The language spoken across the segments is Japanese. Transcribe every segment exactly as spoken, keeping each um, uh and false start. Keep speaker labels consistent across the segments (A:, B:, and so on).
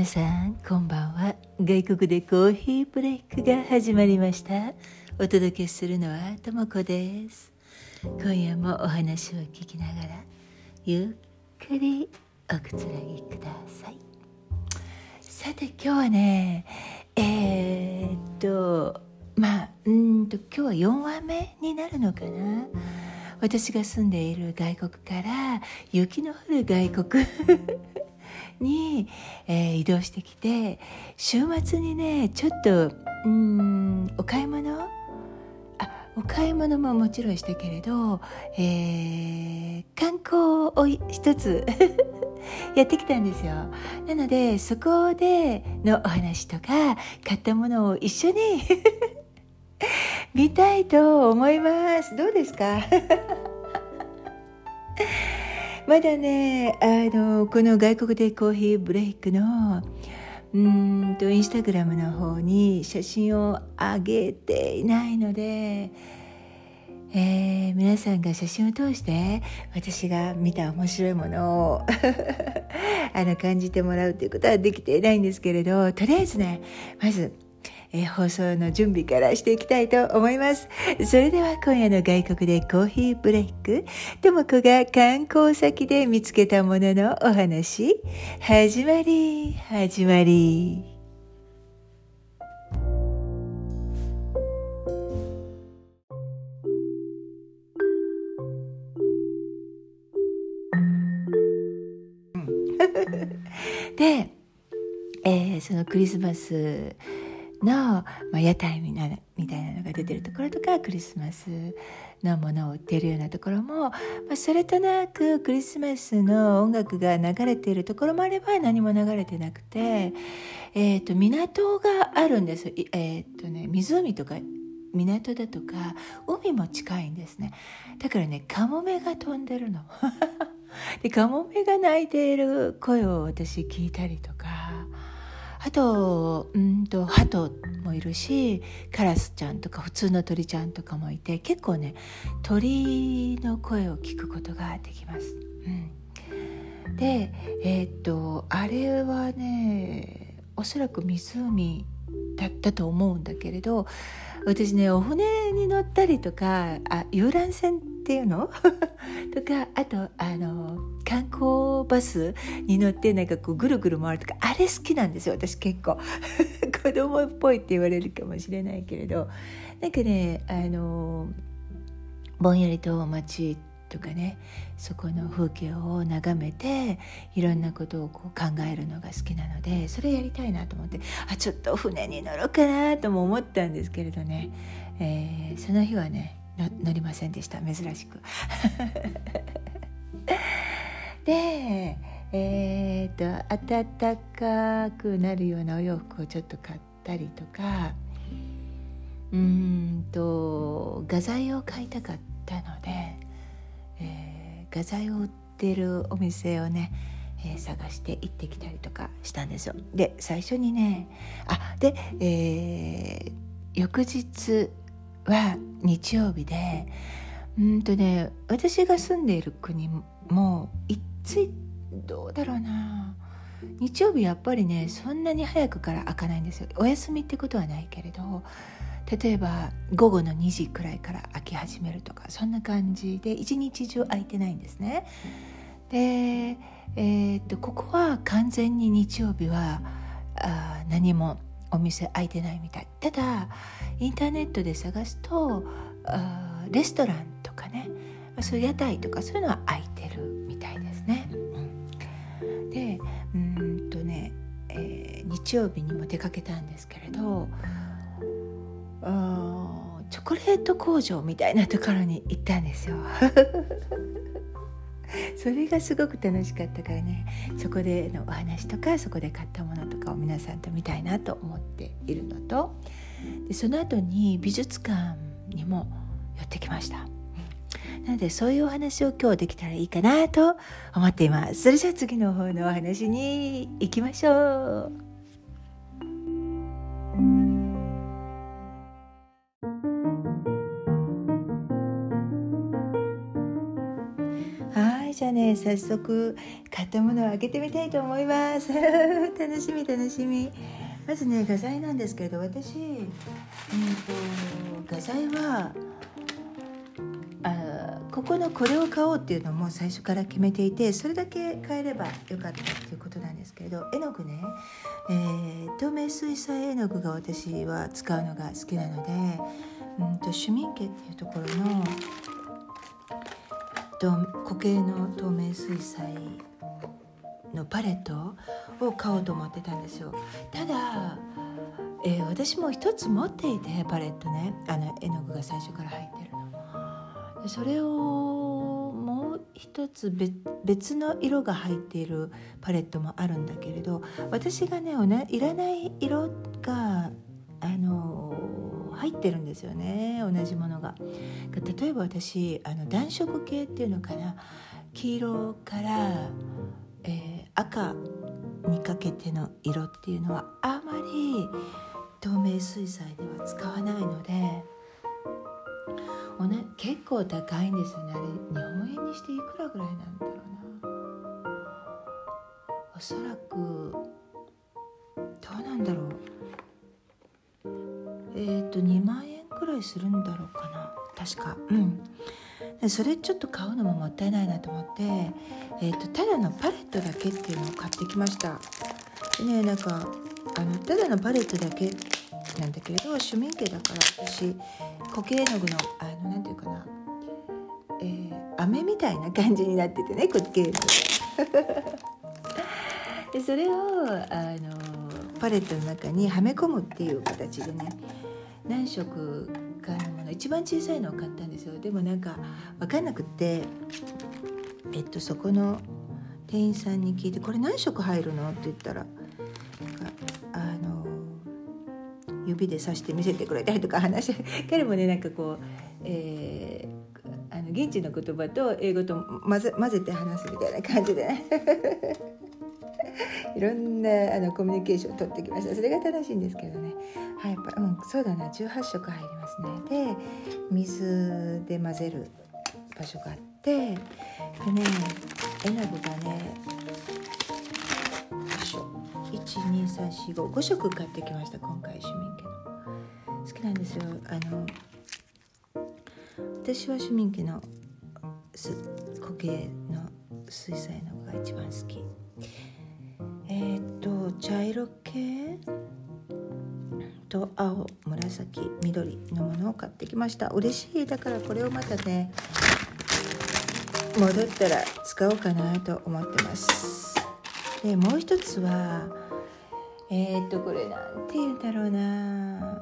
A: さんこんばんは。外国でコーヒーブレイクが始まりました。お届けするのはともこです。今夜もお話を聞きながらゆっくりおくつろぎください。さて今日はねえー、っとまあうんと今日はよんわめになるのかな。私が住んでいる外国から雪の降る外国に、えー、移動してきて、週末にねちょっとうーんお買い物あお買い物ももちろんしたけれど、えー、観光を一つやってきたんですよ。なのでそこでのお話とか買ったものを一緒に見たいと思います。どうですか？まだねあのこの外国でコーヒーブレイクのうーんとインスタグラムの方に写真を上げていないので、えー、皆さんが写真を通して私が見た面白いものをあの感じてもらうということはできていないんですけれど、とりあえずねまずえー、放送の準備からしていきたいと思います。それでは今夜の外国でコーヒーブレイク、ともこが観光先で見つけたもののお話、始まり始まり。で、えー、そのクリスマスの、まあ、屋台みたいなみたいなのが出てるところとか、クリスマスのものを売ってるようなところも、まあ、それとなくクリスマスの音楽が流れているところもあれば何も流れてなくて、えー、と港があるんです。えーとね、湖とか港だとか海も近いんですね。だからねカモメが飛んでるのでカモメが鳴いている声を私聞いたりとか、あとうんと鳩もいるし、カラスちゃんとか普通の鳥ちゃんとかもいて、結構ね鳥の声を聞くことができます、うん、でえー、っとあれはねおそらく湖だったと思うんだけれど、私ねお船に乗ったりとかあ遊覧船っていうのとか、あとあの観光バスに乗ってなんかこうぐるぐる回るとか、あれ好きなんですよ私結構子供っぽいって言われるかもしれないけれど、なんかねあのぼんやりと街とかねそこの風景を眺めていろんなことをこう考えるのが好きなので、それやりたいなと思って、あちょっと船に乗ろうかなとも思ったんですけれどね、えー、その日はね乗りませんでした、珍しくでえー、と暖かくなるようなお洋服をちょっと買ったりとか、うーんと画材を買いたかったので、えー、画材を売ってるお店をね、えー、探して行ってきたりとかしたんですよ。で最初にねあで、えー、翌日は日曜日で、うんとね私が住んでいる国もいつどうだろうな、日曜日やっぱりねそんなに早くから開かないんですよ。お休みってことはないけれど、例えば午後のにじくらいから開き始めるとか、そんな感じで一日中開いてないんですね。で、えー、っとここは完全に日曜日はあ何もお店開いてないみたい。ただインターネットで探すとあレストランとかね、そういう屋台とかそういうのは開いてるみたいですね、うん、でうーんとね、えー、日曜日にも出かけたんですけれど、あチョコレート工場みたいなところに行ったんですよそれがすごく楽しかったからね、そこでのお話とかそこで買ったものとかを皆さんと見たいなと思っているのと、でその後に美術館にも寄ってきました。なのでそういうお話を今日できたらいいかなと思っています。それじゃあ次の方のお話に行きましょう。 はい、じゃあね、早速買ったものを開けてみたいと思います楽しみ楽しみ。まずね、画材なんですけど、私、えー、と画材はあここのこれを買おうっていうのも最初から決めていて、それだけ買えればよかったっていうことなんですけれど、絵の具ね、えー、透明水彩絵の具が私は使うのが好きなので、うんとシュミンケっていうところのと固形の透明水彩のパレットを買おうと思ってたんですよ。ただ、えー、私も一つ持っていて、パレットね、あの絵の具が最初から入ってるので、それをもう一つ 別, 別の色が入っているパレットもあるんだけれど、私がねいらない色があの入ってるんですよね、同じものが。例えば私あの暖色系っていうのかな、黄色から、えー、赤にかけての色っていうのはあまり透明水彩では使わないので、おね、結構高いんですよね。あれ日本円にしていくらぐらいなんだろうな。おそらくどうなんだろう、えーとにまんえんくらいするんだろうかな、確か。うんでそれちょっと買うのももったいないなと思って、えーとただのパレットだけっていうのを買ってきました。でね、なんかあのただのパレットだけなんだけれど、シュミンケだから私固形絵の具のあのなんていうかな、えー、飴みたいな感じになっててね、固形絵の具でそれをあのパレットの中にはめ込むっていう形でね、何色かのもの、一番小さいのを買ったんですよ。でもなんか分かんなくって、えっとそこの店員さんに聞いて、これ何色入るのって言ったら、なんかあの指で指して見せてくれたりとか話彼もね、なんかこう、えー、あの現地の言葉と英語と混ぜ、混ぜて話すみたいな感じでねいろんなあのコミュニケーションを取ってきました。それが楽しいんですけどね。はい、やっぱ、うん、そうだな、じゅうはっしょく入りますね。で水で混ぜる場所があって、でね、絵の具がね、いちにさんしご ご色買ってきました。今回シュミンケの好きなんですよ。あの私はシュミンケの固形の水彩のが一番好き。えー、っと茶色系と青、紫、緑のものを買ってきました。嬉しい。だからこれをまたね、戻ったら使おうかなと思ってます。でもう一つはえー、っとこれなんて言うんだろうな、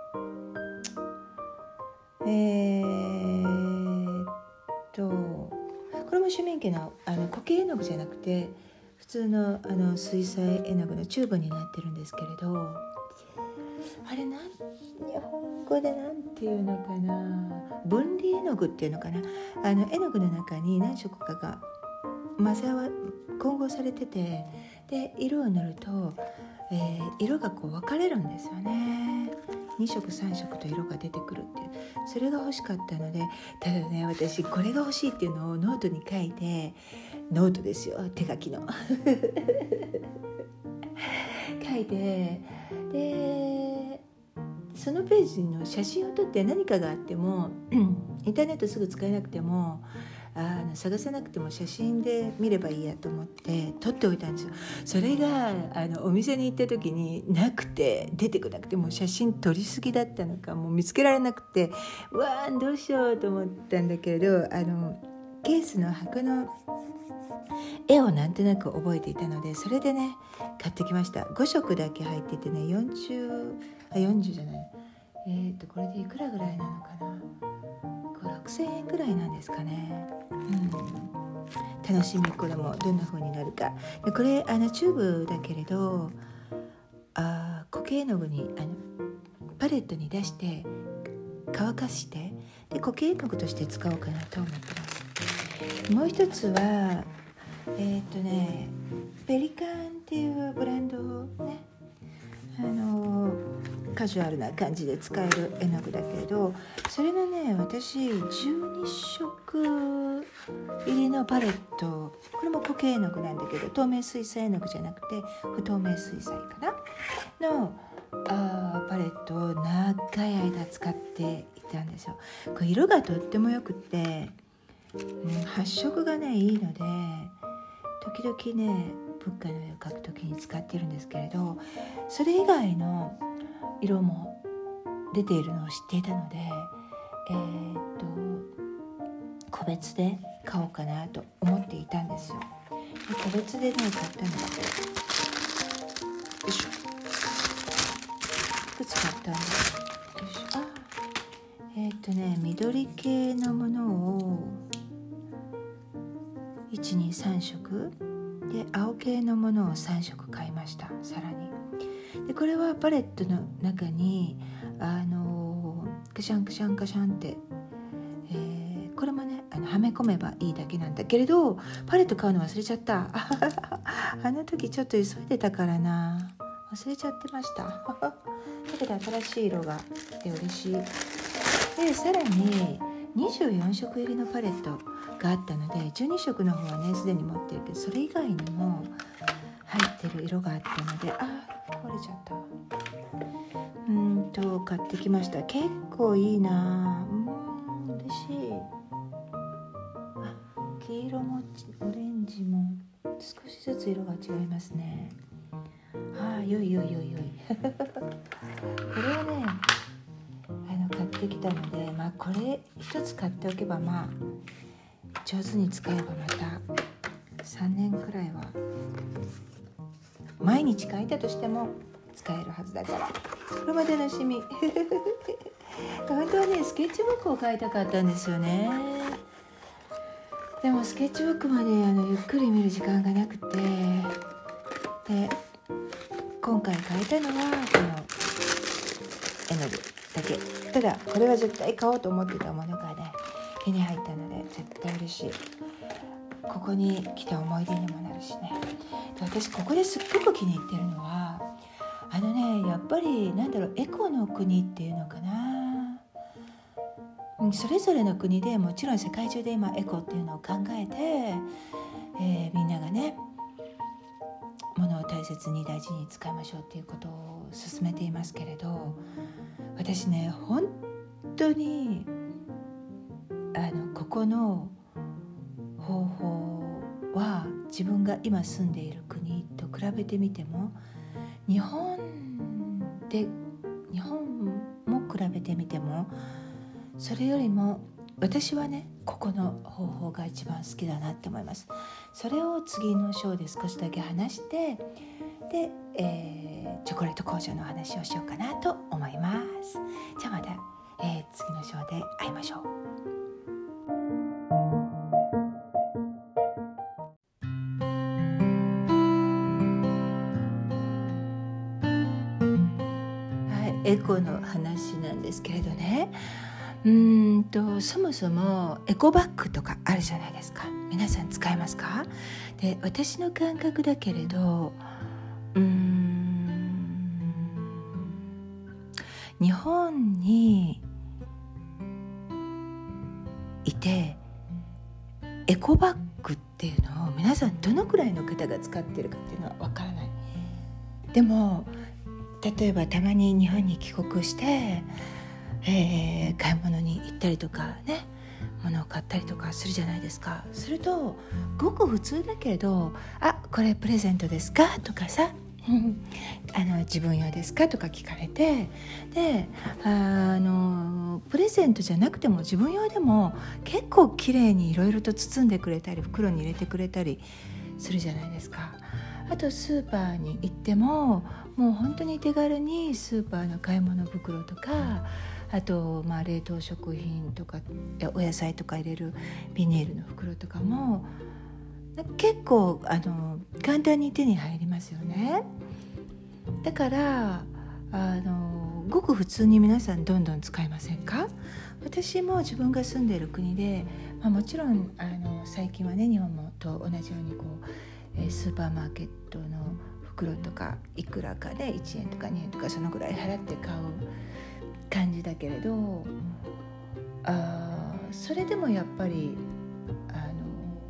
A: えー、っとこれもシュミンケの、あの固形絵の具じゃなくて、普通の、あの水彩絵の具のチューブになってるんですけれど、あれなん日本語でなんていうのかな、分離絵の具っていうのかな、あの絵の具の中に何色かが混ぜ合わ混合されてて、で色を塗ると、えー、色がこう分かれるんですよね。に色さん色と色が出てくるっていう、それが欲しかったので、ただね、私これが欲しいっていうのをノートに書いて、ノートですよ、手書きの書いて、でそのページの写真を撮って、何かがあっても、うん、インターネットすぐ使えなくても、あの探せなくても写真で見ればいいやと思って撮っておいたんですよ。それがあのお店に行った時になくて、出てこなくて、もう写真撮りすぎだったのか、もう見つけられなくて、うわーどうしようと思ったんだけれど、あのケースの箱の絵をなんとなく覚えていたので、それでね買ってきました。ご色だけ入っててね、よんじゅうあよんじゅうじゃない、えー、っとこれでいくらぐらいなのかな、ろくせんえんぐらいなんですかね。うん、楽しみ。これもどんな風になるか。でこれあのチューブだけれど、あ固形絵の具にあのパレットに出して乾かして、で固形絵の具として使おうかなと思ってます。もう一つはえっとねペリカンっていうブランドをね、あのカジュアルな感じで使える絵の具だけれど、それのね、私じゅうに色入りのパレット、これも固形絵の具なんだけど、透明水彩絵の具じゃなくて不透明水彩かなのあパレットを長い間使っていたんですよ。これ色がとってもよくて、うん、発色がねいいので、時々ね仏花の絵を描くときに使ってるんですけれど、それ以外の色も出ているのを知っていたので、えー、っと個別で買おうかなと思っていたんですよ。で個別でね買ったのがよいしょ、いくつ買ったんですよ。よいしょ、あえー、っとね緑系のものをいちにさんしょくで、青系のものをさんしょく買いました。さらにでこれはパレットの中にあのカシャンカシャンカシャンって、えー、これもねあのはめ込めばいいだけなんだけれど、パレット買うの忘れちゃったあの時ちょっと急いでたからな、忘れちゃってましただけど新しい色がで嬉しい。でさらににじゅうよんしょく入りのパレットがあったので、じゅうにしょくの方はねすでに持ってるけど、それ以外にも入ってる色があったので、あ壊れちゃった。うーんと買ってきました。結構いいな、うーん嬉しい。あ黄色もオレンジも少しずつ色が違いますね。あよいよいよいよいこれはねあの買ってきたので、まあこれ一つ買っておけば、まあ上手に使えばまたさんねんくらいは毎日書いたとしても使えるはずだから、これも楽しみ本当はねスケッチブックを書いたかったんですよね。でもスケッチブックまであのゆっくり見る時間がなくて、で今回書いたのはこの絵の具だけ。ただこれは絶対買おうと思ってたものがね手に入ったので絶対嬉しい。ここに来た思い出にもなるしね。で私ここですっごく気に入ってるのはあのねやっぱりなんだろうエコの国っていうのかな、それぞれの国でもちろん世界中で今エコっていうのを考えて、えー、みんながね物を大切に大事に使いましょうっていうことを進めていますけれど、私ね本当にあのここの方法は自分が今住んでいる国と比べてみても日本で日本も比べてみてもそれよりも私はねここの方法が一番好きだなって思います。それを次のショーで少しだけ話してで、えー、チョコレート工場の話をしようかなと思います。じゃあまた、えー、次のショーで会いましょう。エコの話なんですけれどね、うーんとそもそもエコバッグとかあるじゃないですか。皆さん使いますか？で私の感覚だけれどうーん日本にいてエコバッグっていうのを皆さんどのくらいの方が使ってるかっていうのはわからない。でも例えばたまに日本に帰国して、えー、買い物に行ったりとかね物を買ったりとかするじゃないですか。するとごく普通だけれどあこれプレゼントですかとかさあの自分用ですかとか聞かれてであのプレゼントじゃなくても自分用でも結構きれいにいろいろと包んでくれたり袋に入れてくれたりするじゃないですか。あとスーパーに行ってももう本当に手軽にスーパーの買い物袋とかあとまあ冷凍食品とかお野菜とか入れるビニールの袋とかも結構あの簡単に手に入りますよね。だからあのごく普通に皆さんどんどん使いませんか？私も自分が住んでいる国で、まあ、もちろんあの最近はね日本もと同じようにこうスーパーマーケットの袋とかいくらかでいちえんとかにえんとかそのぐらい払って買う感じだけれどあそれでもやっぱりあの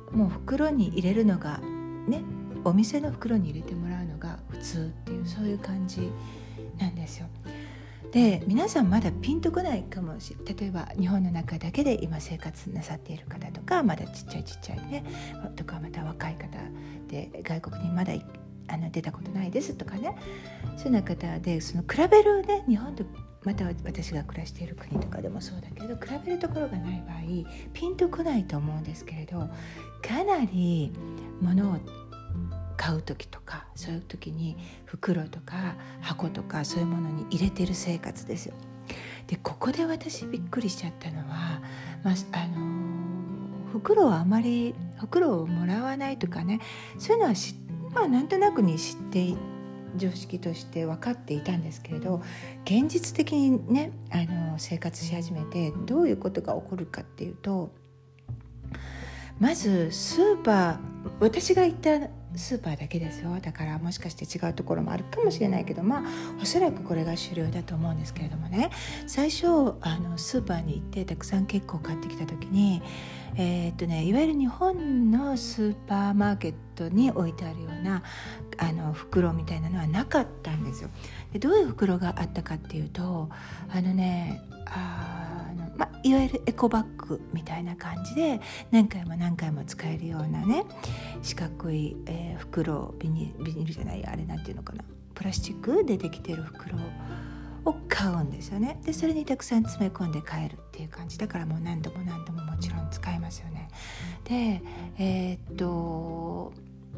A: もう袋に入れるのがね、お店の袋に入れてもらうのが普通っていう、そういう感じなんですよ。で、皆さんまだピンとこないかもしれない。例えば日本の中だけで今生活なさっている方とか、まだちっちゃいちっちゃいねとか、また若い方で外国にまだあの出たことないですとかね、そういうような方で、その比べるね、日本とまた私が暮らしている国とかでもそうだけど、比べるところがない場合ピンとこないと思うんですけれど、かなり物を買う時とか、そういう時に袋とか箱とかそういうものに入れてる生活ですよ。で、ここで私びっくりしちゃったのは、まああのー、袋をあまり袋をもらわないとかね、そういうのはし、まあ、なんとなくに知って常識として分かっていたんですけれど、現実的にね、あの生活し始めてどういうことが起こるかっていうと、まずスーパー、私が行ったスーパーだけですよ。だからもしかして違うところもあるかもしれないけど、まあおそらくこれが主流だと思うんですけれどもね、最初あのスーパーに行ってたくさん結構買ってきた時に、えーっとね、いわゆる日本のスーパーマーケットに置いてあるようなあの袋みたいなのはなかったんですよ。で、どういう袋があったかっていうと、あのねあの、ま、いわゆるエコバッグみたいな感じで何回も何回も使えるようなね、四角い、えー、袋、ビニ、ビニールじゃない、あれなんていうのかな、プラスチックでできている袋を買うんですよね。で、それにたくさん詰め込んで買えるっていう感じだから、もう何度も何度ももちろん使えますよね。で、えー、っと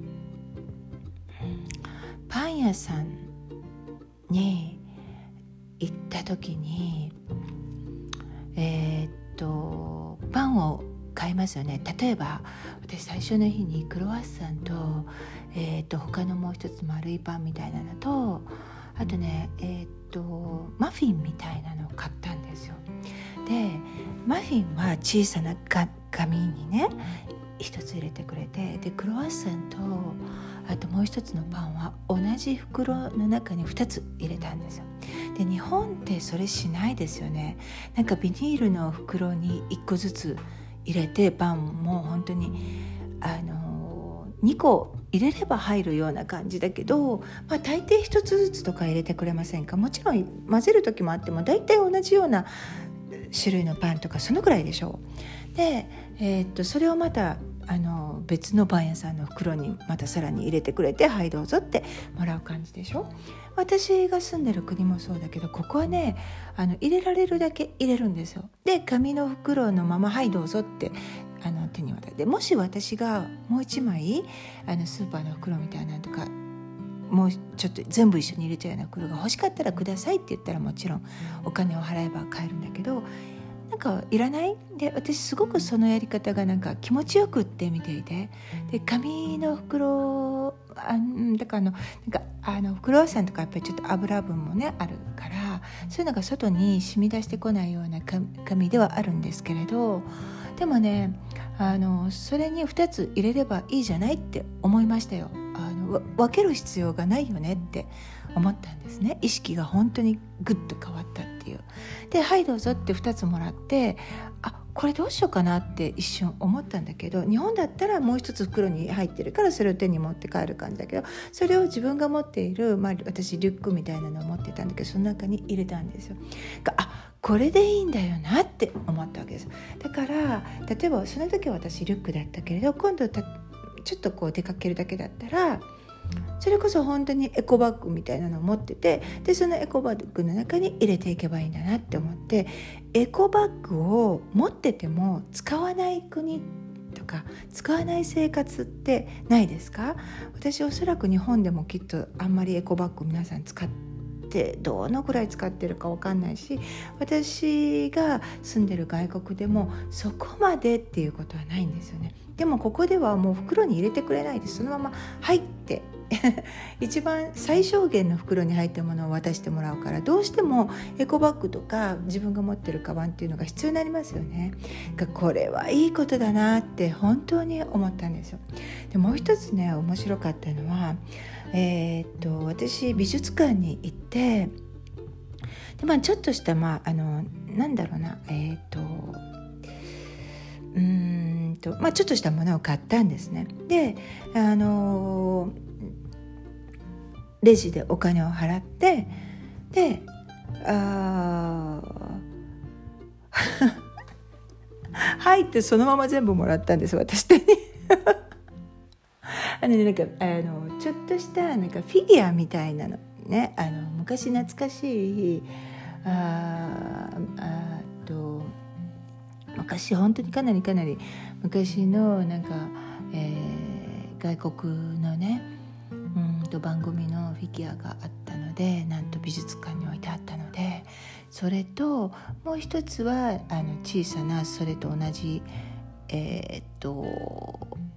A: パン屋さんに行った時に、えー、っとパンを買いますよね。例えば私最初の日にクロワッサンと、えー、っと他のもう一つ丸いパンみたいなのと、あとね、えー、っとマフィンみたいなのを買ったんですよ。で、マフィンは小さな紙にね一つ入れてくれて、でクロワッサンとあともう一つのパンは同じ袋の中にふたつ入れたんですよ。で、日本ってそれしないですよね。なんかビニールの袋にいっこずつ入れて、パンも本当にあのにこ入れれば入るような感じだけど、まあ、大抵ひとつずつとか入れてくれませんか。もちろん混ぜる時もあっても大体同じような種類のパンとかそのくらいでしょう。で、えー、っとそれをまたあの別のパン屋さんの袋にまたさらに入れてくれて、はいどうぞってもらう感じでしょ。私が住んでる国もそうだけど、ここはねあの入れられるだけ入れるんですよ。で、紙の袋のままはいどうぞってあの手に渡って、もし私がもう一枚あのスーパーの袋みたいなのとか、もうちょっと全部一緒に入れちゃうような袋が欲しかったらくださいって言ったら、もちろんお金を払えば買えるんだけど、なんかいらないで、私すごくそのやり方がなんか気持ちよくって見ていて、で紙の袋あだからあのなんかあのクロワッサンとかやっぱりちょっと油分もねあるから、そういうのが外に染み出してこないような紙ではあるんですけれど、でもねあのそれにふたつ入れればいいじゃないって思いましたよ。あの分ける必要がないよねって思ったんですね。意識が本当にグッと変わったっていう。で、はいどうぞってふたつもらって、あ、これどうしようかなって一瞬思ったんだけど、日本だったらもう一つ袋に入ってるからそれを手に持って帰る感じだけど、それを自分が持っている、まあ、私リュックみたいなのを持ってたんだけど、その中に入れたんですよ。あ、これでいいんだよなって思ったわけです。だから例えばその時は私リュックだったけれど、今度たちょっとこう出かけるだけだったら、それこそ本当にエコバッグみたいなのを持ってて、でそのエコバッグの中に入れていけばいいんだなって思って、エコバッグを持ってても使わない国とか使わない生活ってないですか？私おそらく日本でもきっとあんまりエコバッグ皆さん使ってどのくらい使ってるか分かんないし、私が住んでる外国でもそこまでっていうことはないんですよね。でもここではもう袋に入れてくれないで、そのまま入って一番最小限の袋に入ったものを渡してもらうから、どうしてもエコバッグとか自分が持ってるカバンっていうのが必要になりますよね。これはいいことだなって本当に思ったんですよ。でもう一つね面白かったのは、えー、っと私美術館に行って、で、まあ、ちょっとした、まあ、あのなんだろうなえー、っとうーんとまあ、ちょっとしたものを買ったんですね。で、あのー、レジでお金を払って、であはいってそのまま全部もらったんです、私手にあの、ね、なんかあのちょっとしたなんかフィギュアみたいなのね、あの昔懐かしいああと昔本当にかなりかなり昔のなんか、えー、外国のねうんと番組のフィギュアがあったので、なんと美術館に置いてあったので、それともう一つはあの小さなそれと同じえー、っと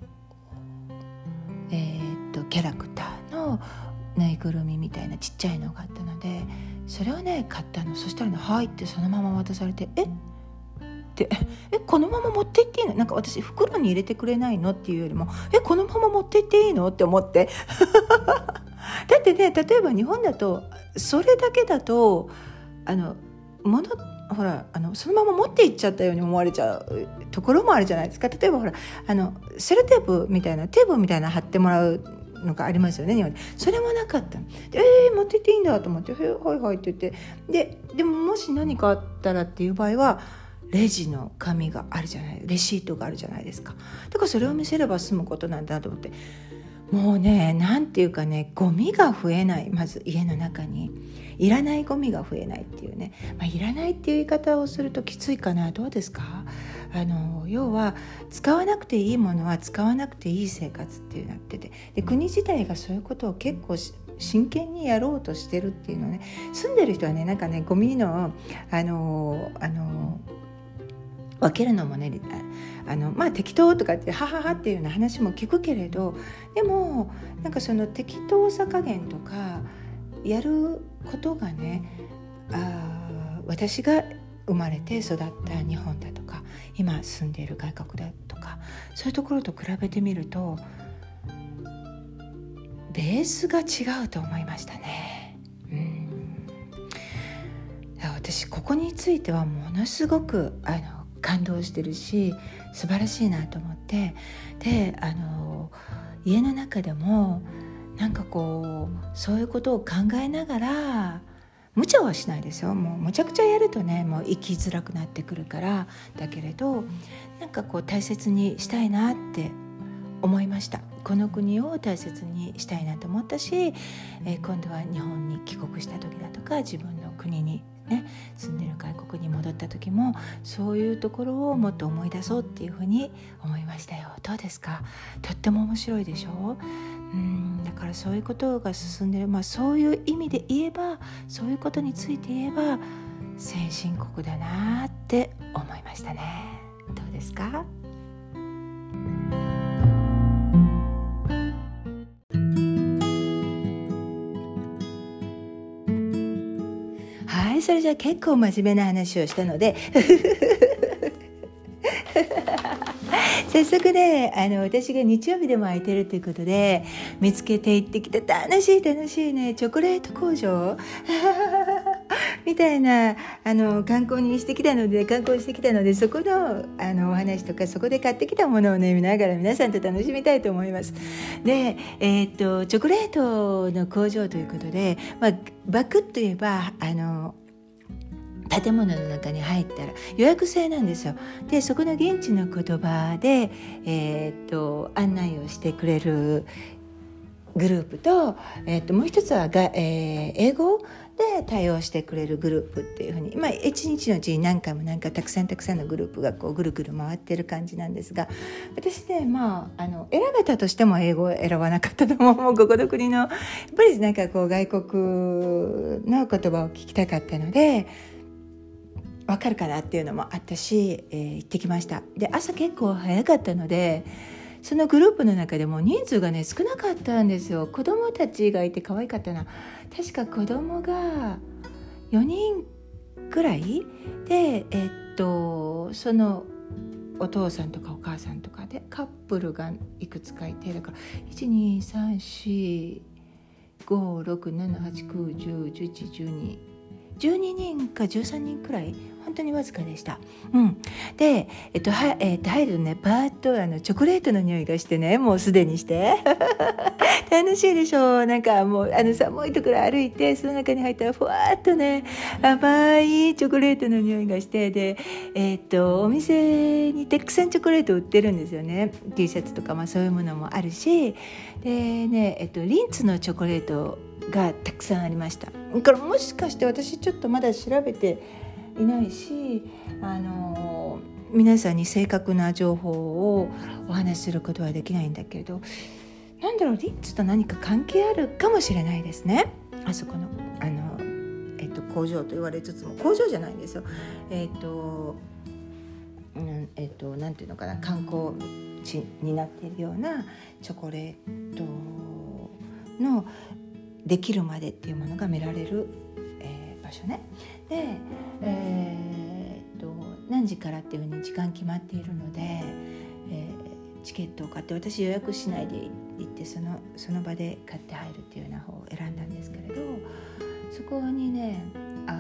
A: えー、っとキャラクターのぬいぐるみみたいなちっちゃいのがあったので、それをね買ったの。そしたらね、はいってそのまま渡されて、えってえこのまま持って行っていいの？なんか私袋に入れてくれないのっていうよりも、えこのまま持って行っていいのって思ってだってね、例えば日本だとそれだけだとあの物ほらあのそのまま持って行っちゃったように思われちゃうところもあるじゃないですか。例えばほらあのセロテープみたいなテープみたいな貼ってもらうのがありますよね、日本で。それもなかったので、えー、持って行っていいんだと思って、はいはいって言って、ででももし何かあったらっていう場合はレジの紙があるじゃない、レシートがあるじゃないですか。だからそれを見せれば済むことなんだと思って、もうね、なんていうかね、ゴミが増えない。まず家の中にいらないゴミが増えないっていうね、まあ、いらないっていう言い方をするときついかな。どうですか？あの要は使わなくていいものは使わなくていい生活っていうなってて、で国自体がそういうことを結構真剣にやろうとしてるっていうのね。住んでる人はね、なんかね、ゴミのあのあの分けるのもね、あのまあ適当とかってはははっていうような話も聞くけれど、でもなんかその適当さ加減とかやることがね、あ私が生まれて育った日本だとか今住んでいる外国だとか、そういうところと比べてみるとベースが違うと思いましたね。うん、私ここについてはものすごくあの感動してるし素晴らしいなと思って、であの家の中でもなんかこうそういうことを考えながら、無茶はしないですよ。もうむちゃくちゃやるとね、もう生きづらくなってくるから。だけれどなんかこう大切にしたいなって思いました。この国を大切にしたいなと思ったし、えー、今度は日本に帰国した時だとか自分の国にね、住んでる外国に戻った時もそういうところをもっと思い出そうっていうふうに思いましたよ。どうですか？とっても面白いでしょ？うんだからそういうことが進んでる、まあ、そういう意味で言えば、そういうことについて言えば先進国だなって思いましたね。どうですか？はい、それじゃあ結構真面目な話をしたので早速ね、あの私が日曜日でも空いてるということで見つけて行ってきた楽しい楽しいねチョコレート工場みたいなあの観光にしてきたので観光してきたのでそこのあのお話とかそこで買ってきたものをね見ながら皆さんと楽しみたいと思います。で、えー、っとチョコレートの工場ということで、まあ、バクッと言えばあの建物の中に入ったら予約制なんですよ。でそこの現地の言葉で、えー、っと案内をしてくれるグループと、えー、っともう一つはが、えー、英語で対応してくれるグループっていう風に、まあ、一日のうちに何回も何回たくさんたくさんのグループがこうぐるぐる回ってる感じなんですが、私ね、まあ、あの選べたとしても英語を選ばなかったと思う。もうここの国のやっぱりなんかこう外国の言葉を聞きたかったので分かるかなっていうのもあったし、えー、行ってきました。で朝結構早かったのでそのグループの中でも人数がね少なかったんですよ。子供たちがいて可愛かったな。確か子供がよにんくらいで、えっとそのお父さんとかお母さんとかでカップルがいくつかいて、だからいちにさんしごろくななはちきゅうじゅうじゅういちじゅうにじゅうににんかじゅうさんにんくらい、 本当にわずかでした。うん、で、えっとはえっと、入るとねパーッとあのチョコレートの匂いがしてね、もうすでにして楽しいでしょ。なんかもうあの寒いところ歩いてその中に入ったらふわーっとね甘いチョコレートの匂いがして、で、えっとお店にたくさんチョコレート売ってるんですよね。 T シャツとか、まあ、そういうものもあるし、でね、えっと、リンツのチョコレートがたくさんありました。だからもしかして私ちょっとまだ調べていないし、あの皆さんに正確な情報をお話しすることはできないんだけれど、なんだろう、リンツと何か関係あるかもしれないですね。あそこの、あの、えっと、工場と言われつつも工場じゃないんですよ。えっと、うん、えっと、なんていうのかな、観光地になっているようなチョコレートのできるまでっていうものが見られる、えー、場所ね。で、えー、っと何時からっていうふうに時間決まっているので、えー、チケットを買って、私予約しないで行ってその、その場で買って入るっていうような方を選んだんですけれど、そこにね、あ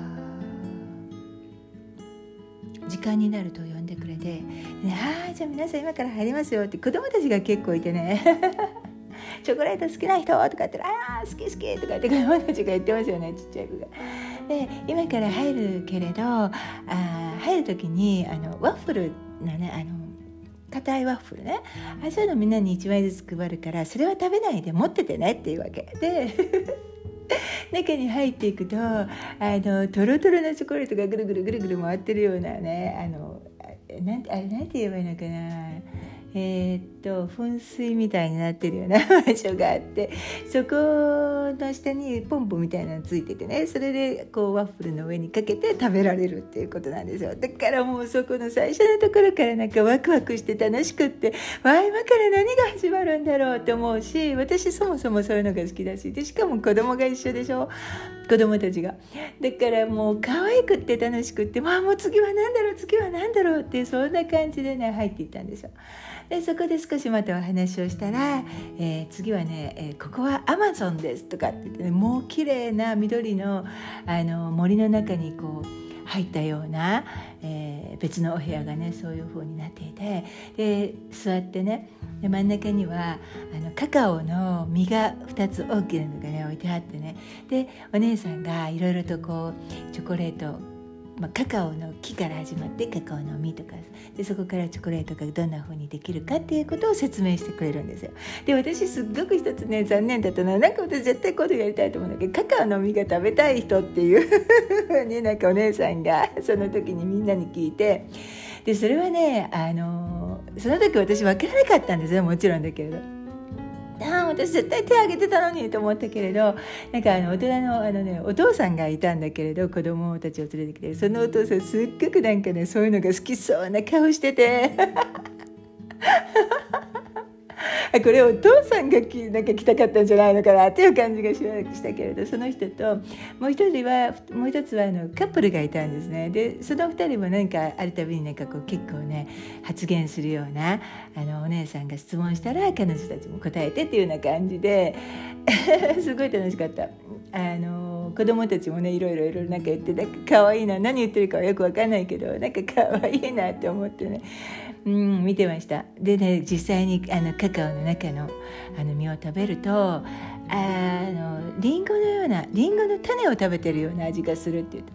A: 時間になると呼んでくれて、ね、あーじゃあ皆さん今から入りますよって子供たちが結構いてねチョコレート好きな人とか言ってあー好き好きとか言って子供たちが言ってますよね、ちっちゃい子が。で今から入るけれど、あ入る時にあのワッフルのね、あの硬いワッフルね、あそういうのみんなにいちまいずつ配るから、それは食べないで持っててねっていうわけで中に入っていくと、あのトロトロのチョコレートがぐるぐるぐるぐる回ってるようなね、あのなんてあれなんて言えばいいのかな、えー、っと噴水みたいになってるような場所があって、そこの下にポンポンみたいなのついててね、それでこうワッフルの上にかけて食べられるっていうことなんですよ。だからもうそこの最初のところからなんかワクワクして楽しくって、わあ今から何が始まるんだろうって思うし、私そもそもそういうのが好きだし、でしかも子供が一緒でしょ、子供たちが。だからもう可愛くって楽しくって、まあもう次は何だろう次は何だろうっていう、そんな感じでね入っていったんですよ。でそこで少しまたお話をしたら、えー、次はね、えー、ここはアマゾンですとかって言ってね、もう綺麗な緑の、あの森の中にこう入ったような、えー、別のお部屋がねそういう風になっていて、で座ってね、で真ん中にはあのカカオの実がふたつ大きなのがね置いてあってね、でお姉さんがいろいろとこうチョコレート、まあ、カカオの木から始まってカカオの実とかで、そこからチョコレートがどんな風にできるかっていうことを説明してくれるんですよ。で私すっごく一つね残念だったのは、なんか私絶対こういうのやりたいと思うんだけど、カカオの実が食べたい人っていう風になんかお姉さんがその時にみんなに聞いて、でそれはね、あのー、その時私分からなかったんですよ、もちろんだけれど。あ私絶対手挙げてたのにと思ったけれど、なんかあの大人のあの、ね、お父さんがいたんだけれど、子供たちを連れてきて、そのお父さんすっごくなんかねそういうのが好きそうな顔しててこれお父さんがきなんか来たかったんじゃないのかなっていう感じがしばらくしたけれど、その人ともう一人はもう一つはあのカップルがいたんですね。でその二人もなんかあるたびになんかこう結構ね発言するような、あのお姉さんが質問したら彼女たちも答えてっていうような感じですごい楽しかった。あの子供たちもねいろいろいろなんか言って、なんか可愛いな、何言ってるかはよく分かんないけどなんか可愛いなって思ってね、うん、見てました。でね、実際にあのカカオの中のあの実を食べると、あのリンゴのようなリンゴの種を食べてるような味がするって言って、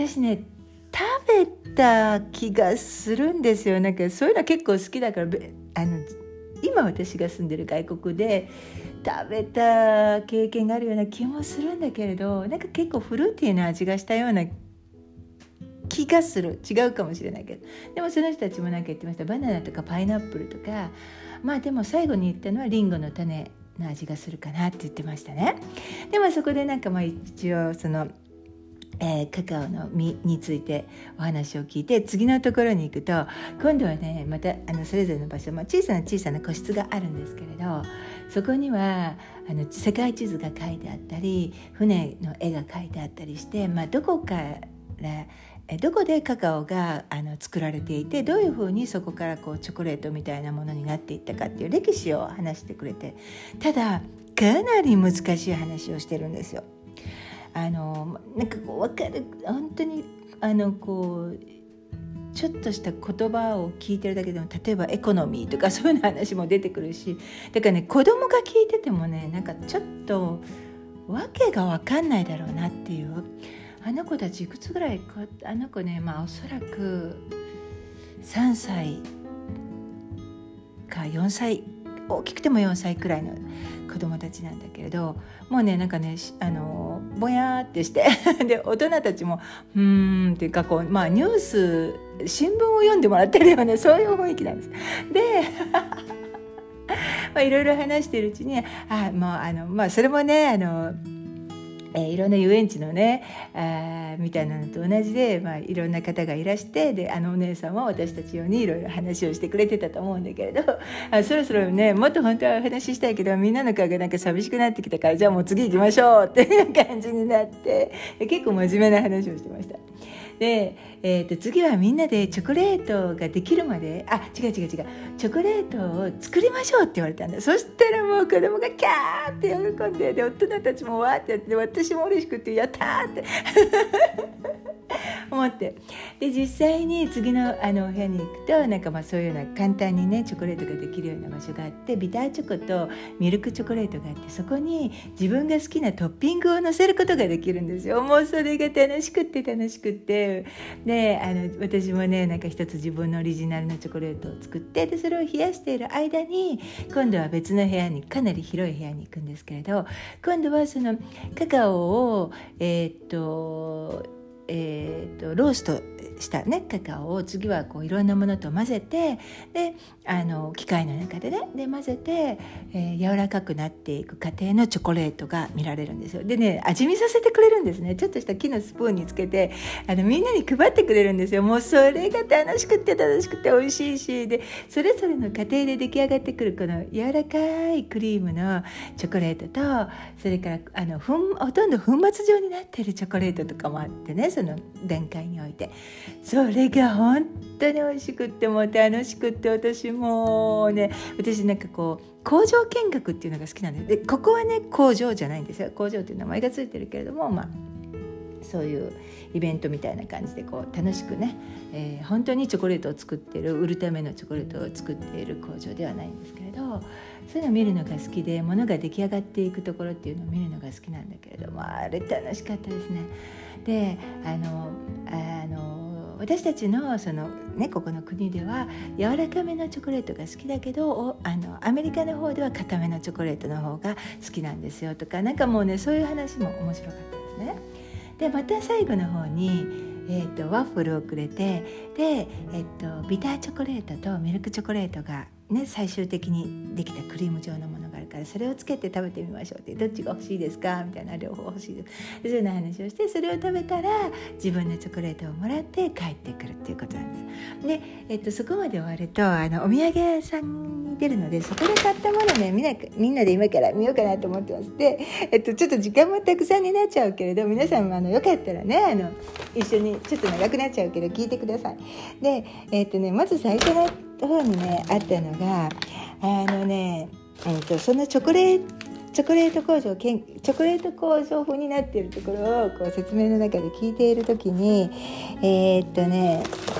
A: 私ね食べた気がするんですよ。なんかそういうの結構好きだから、あの今私が住んでる外国で食べた経験があるような気もするんだけれど、なんか結構フルーティーな味がしたような気がする。違うかもしれないけど、でもその人たちもなんか言ってました。バナナとかパイナップルとか、まあでも最後に言ったのはリンゴの種の味がするかなって言ってましたね。でもそこでなんかまあ一応そのえー、カカオの実についてお話を聞いて、次のところに行くと今度はねまたあのそれぞれの場所、まあ、小さな小さな個室があるんですけれど、そこにはあの世界地図が書いてあったり船の絵が描いてあったりして、まあ、どこからどこでカカオがあの作られていて、どういうふうにそこからこうチョコレートみたいなものになっていったかっていう歴史を話してくれて、ただかなり難しい話をしてるんですよ。あのなんかこう分かる本当にあのこうちょっとした言葉を聞いてるだけでも、例えばエコノミーとかそういう話も出てくるし、だからね子供が聞いててもねなんかちょっとわけが分かんないだろうなっていう。あの子たちいくつぐらいか、あの子ねまあおそらくさんさいかよんさい、大きくてもよんさいくらいの子供たちなんだけれど、もうねなんかねあのぼやーってしてで大人たちもうーんっていうかこう、まあ、ニュース新聞を読んでもらってるようなそういう雰囲気なんです。でまあいろいろ話しているうちにあもうあの、まあ、それもねあのえー、いろんな遊園地のねあみたいなのと同じで、まあ、いろんな方がいらして、であのお姉さんは私たち用にいろいろ話をしてくれてたと思うんだけれど、あそろそろねもっと本当はお話ししたいけどみんなの顔がなんか寂しくなってきたから、じゃあもう次行きましょうっていう感じになって、で結構真面目な話をしてました。で、えー、と次はみんなでチョコレートができるまで、あ違う違う違うチョコレートを作りましょうって言われたんだ。そしたらもう子供がキャーって喜んで、で大人たちもわーってやって、私も嬉しくてやったーって思って、で実際に次のあのお部屋に行くとなんかまあそういうような簡単にねチョコレートができるような場所があって、ビターチョコとミルクチョコレートがあって、そこに自分が好きなトッピングを乗せることができるんですよ。もうそれが楽しくって楽しくって、であの私もねなんか一つ自分のオリジナルのチョコレートを作って、でそれを冷やしている間に今度は別の部屋に、かなり広い部屋に行くんですけれど、今度はそのカカオをえー、っとえー、とローストしたねカカオを次はこういろんなものと混ぜて、であの機械の中でねで混ぜて、えー、柔らかくなっていく過程のチョコレートが見られるんですよ。でね味見させてくれるんですね。ちょっとした木のスプーンにつけてあのみんなに配ってくれるんですよ。もうそれが楽しくて楽しくて美味しいし、でそれぞれの過程で出来上がってくるこの柔らかいクリームのチョコレートと、それからあのふんほとんど粉末状になっているチョコレートとかもあってね、その段階においてそれが本当に美味しくってもう楽しくって、私もね私なんかこう工場見学っていうのが好きなんで、でここはね工場じゃないんですよ。工場っていう名前がついてるけれども、まあそういうイベントみたいな感じでこう楽しくね、えー、本当にチョコレートを作っている、売るためのチョコレートを作っている工場ではないんですけれど、そういうのを見るのが好きで、物が出来上がっていくところっていうのを見るのが好きなんだけれども、あれ楽しかったですね。であのあの私たちのその、ね、ここの国では柔らかめのチョコレートが好きだけど、あのアメリカの方では固めのチョコレートの方が好きなんですよとか、なんかもうねそういう話も面白かったですね。でまた最後の方に、えー、とワッフルをくれて、で、えー、とビターチョコレートとミルクチョコレートが、ね、最終的にできたクリーム状のものがあるから、それをつけて食べてみましょうって、どっちが欲しいですかみたいな、両方欲しいです、そういうような話をして、それを食べたら自分のチョコレートをもらって帰ってくるっていうことなんです。で、えー、とそこまで終わるとあのお土産屋さんに出るので、そこで買ったものねみんな、みんなで今から見ようかなと思ってます。で、えっと、ちょっと時間もたくさんになっちゃうけれど、皆さんもあのよかったらねあの一緒に、ちょっと長くなっちゃうけど聞いてください。で、えっとね、まず最初の方にねあったのがあのね、えっと、そのチョコレートチョコレート工場チョコレート工場風になっているところをこう説明の中で聞いているときに、えー、っとね、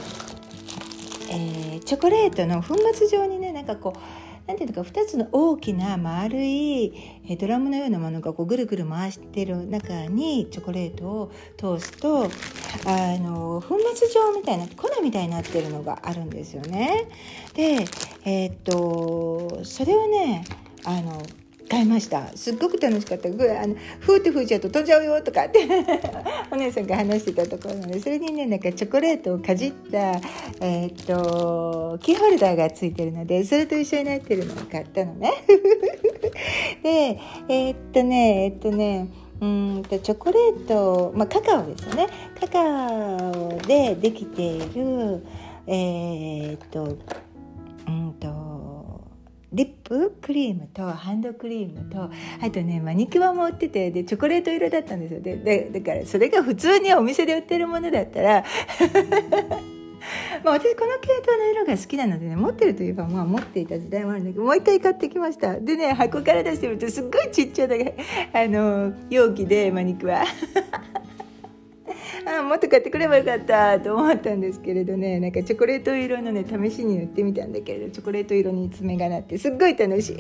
A: えー、チョコレートの粉末状にねなんかこうなんていうのかふたつの大きな丸いドラムのようなものがこうぐるぐる回している中にチョコレートを通すと、あの粉末状みたいな粉みたいになっているのがあるんですよね。で、えー、っとそれをねあの買いました。すっごく楽しかった。あのふーって吹いちゃうと飛んじゃうよとかってお姉さんが話してたところなので、それにねなんかチョコレートをかじった、えー、っとキーホルダーがついてるので、それと一緒になってるのを買ったのねでえー、っとねえー、っとねうんとチョコレート、まあ、カカオですよね。カカオでできているえー、っとうんとリップクリームとハンドクリームと、あとねマニキュアも売ってて、でチョコレート色だったんですよ。で、でだからそれが普通にお店で売ってるものだったらまあ私この系統の色が好きなのでね、持ってるといえばまあ持っていた時代もあるんだけど、もう一回買ってきました。でね箱から出してみるとすっごいちっちゃなあの容器でマニキュアあもっと買ってくればよかったと思ったんですけれどね、なんかチョコレート色のね試しに塗ってみたんだけれど、チョコレート色に爪がなってすっごい楽しい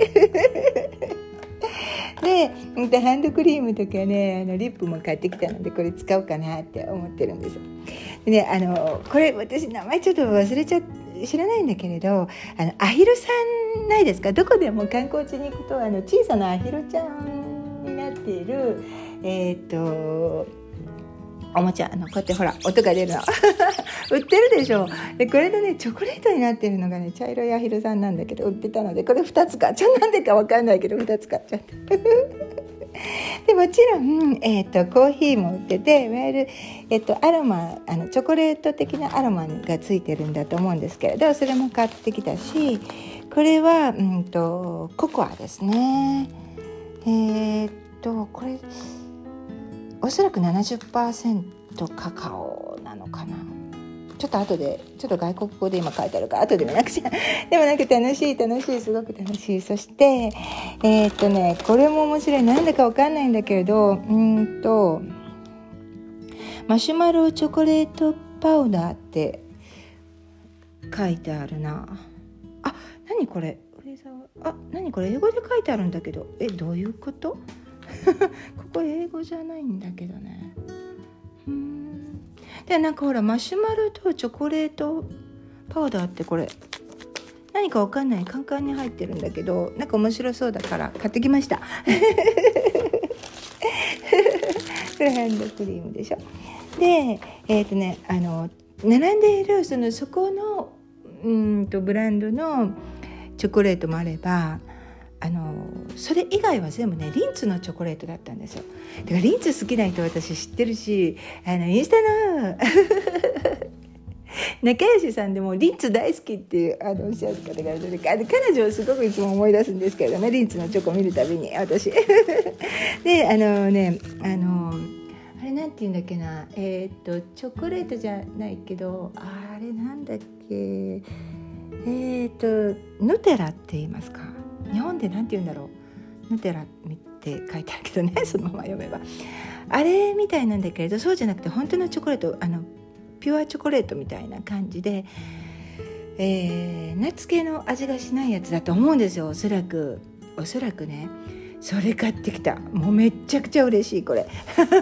A: でハンドクリームとかね、あのリップも買ってきたのでこれ使おうかなって思ってるんです。でね、あのこれ私名前ちょっと忘れちゃ知らないんだけれど、あのアヒルさんないですか？どこでも観光地に行くとあの小さなアヒルちゃんになっているえー、っとおもちゃ、あのこうやってほら音が出るの売ってるでしょ。でこれでねチョコレートになってるのがね茶色いアヒルさんなんだけど売ってたので、これふたつ買っちゃう。なんでか分かんないけどふたつ買っちゃってでもちろん、えー、とコーヒーも売ってて、いわゆる、えー、とアロマあのチョコレート的なアロマがついてるんだと思うんですけれど、それも買ってきたし、これは、うん、とココアですね。えっ、ー、とこれおそらく ななじゅっパーセント カカオなのかな。ちょっと後でちょっと外国語で今書いてあるから後で見なくちゃでもなんか楽しい楽しいすごく楽しい。そしてえー、っとねこれも面白い。なんだかわかんないんだけれど、うんとマシュマロチョコレートパウダーって書いてあるなあ。何これあ何これ英語で書いてあるんだけど、えどういうことここ英語じゃないんだけどね。うーんでなんかほらマシュマロとチョコレートパウダーってこれ何かわかんないカンカンに入ってるんだけど、なんか面白そうだから買ってきましたこれハンドクリームでしょ。でえっ、ー、とねあの並んでいるそのそこのうんとブランドのチョコレートもあれば、あのそれ以外は全部ねリンツのチョコレートだったんですよ。だからリンツ好きな人私知ってるし、あのインスタの仲良しさんでもリンツ大好きっていうあのおっしゃる方がいるので、彼女をすごくいつも思い出すんですけどね、リンツのチョコ見るたびに私であのねあのあれなんて言うんだっけな、えー、っとチョコレートじゃないけどあれなんだっけ、えー、っとヌテラって言いますか、日本でなんて言うんだろう、ヌテラって書いてあるけどねそのまま読めばあれみたいなんだけれど、そうじゃなくて本当のチョコレート、あのピュアチョコレートみたいな感じで、えー、ナッツ系の味がしないやつだと思うんですよ。おそらくおそらくね。それ買ってきた。もうめっちゃくちゃ嬉しいこれ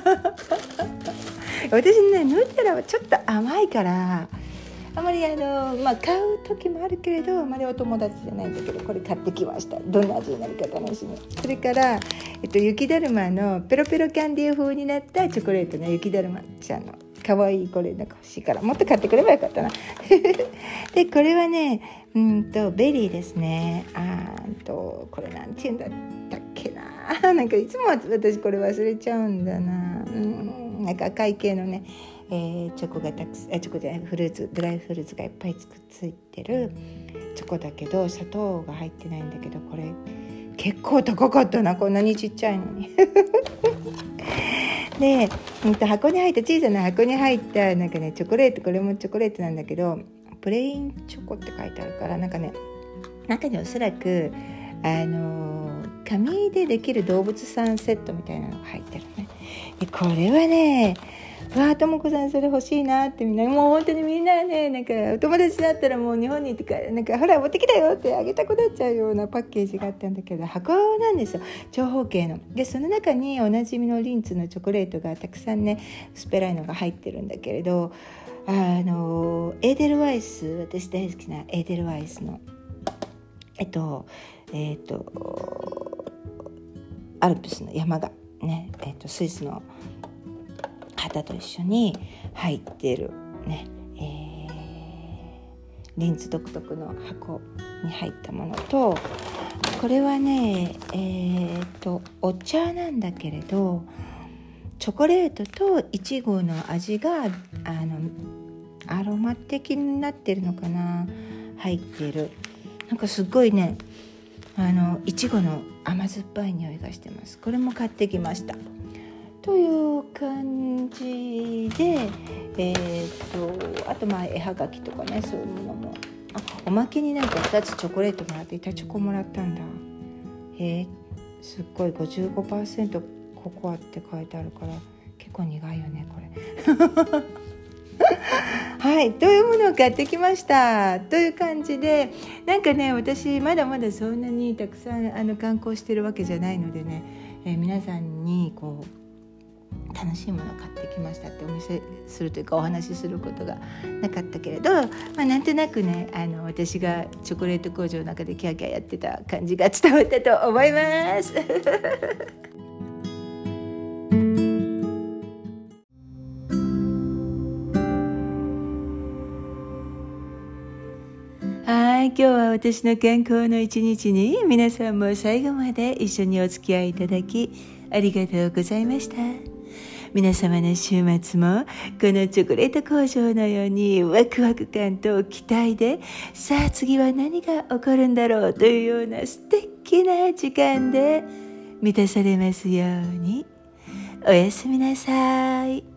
A: 私ねヌテラはちょっと甘いからあまりあの、まあ、買う時もあるけれどあまりお友達じゃないんだけど、これ買ってきました。どんな味になるか楽しみ。それから、えっと、雪だるまのペロペロキャンディー風になったチョコレートの雪だるまちゃんのかわいい、これなんか欲しいからもっと買ってくればよかったなでこれはねうんとベリーですね。あーとこれなんて言うんだったっけななんかいつも私これ忘れちゃうんだな。うんなんか赤い系のねえー、チョコがたくさん、チョコじゃないフルーツドライフルーツがいっぱいつくついてるチョコだけど砂糖が入ってないんだけど、これ結構高かったな、こんなにちっちゃいのにで、うん、と箱に入った小さな箱に入ったなんかねチョコレート、これもチョコレートなんだけどプレインチョコって書いてあるから、なんかね中におそらくあのー、紙でできる動物さんセットみたいなのが入ってるね。でこれはねわあともこさんそれ欲しいなって、みんなもう本当にみんなねなんかお友達だったらもう日本に行ってからなんかほら持ってきたよってあげたくなっちゃうようなパッケージがあったんだけど、箱なんですよ、長方形の。でその中におなじみのリンツのチョコレートがたくさんね薄っぺらいのが入ってるんだけれど、あのエーデルワイス、私大好きなエーデルワイスのえっとえっとアルプスの山がね、えっとスイスの旗と一緒に入っているね、えー、リンツ独特の箱に入ったものと、これはねえー、とお茶なんだけれどチョコレートとイチゴの味があのアロマ的になってるのかな、入ってる。なんかすごいねあのイチゴの甘酸っぱい匂いがしてます。これも買ってきましたという感じで、えー、とあとまあ絵はがきとかね、そういうものも、あおまけになんかふたつチョコレートもらって板チョコもらったんだ。へえすっごい ごじゅうごパーセント ココアって書いてあるから結構苦いよねこれはいというものを買ってきましたという感じで、なんかね私まだまだそんなにたくさんあの観光してるわけじゃないのでね、えー、皆さんにこう楽しいものを買ってきましたってお見せするというかお話しすることがなかったけれど、まあ、なんとなくねあの私がチョコレート工場の中でキャーキャーやってた感じが伝わったと思いますはい、今日は私の観光の一日に皆さんも最後まで一緒にお付き合いいただきありがとうございました。皆様の週末もこのチョコレート工場のようにワクワク感と期待で、さあ次は何が起こるんだろうというような素敵な時間で満たされますように。おやすみなさい。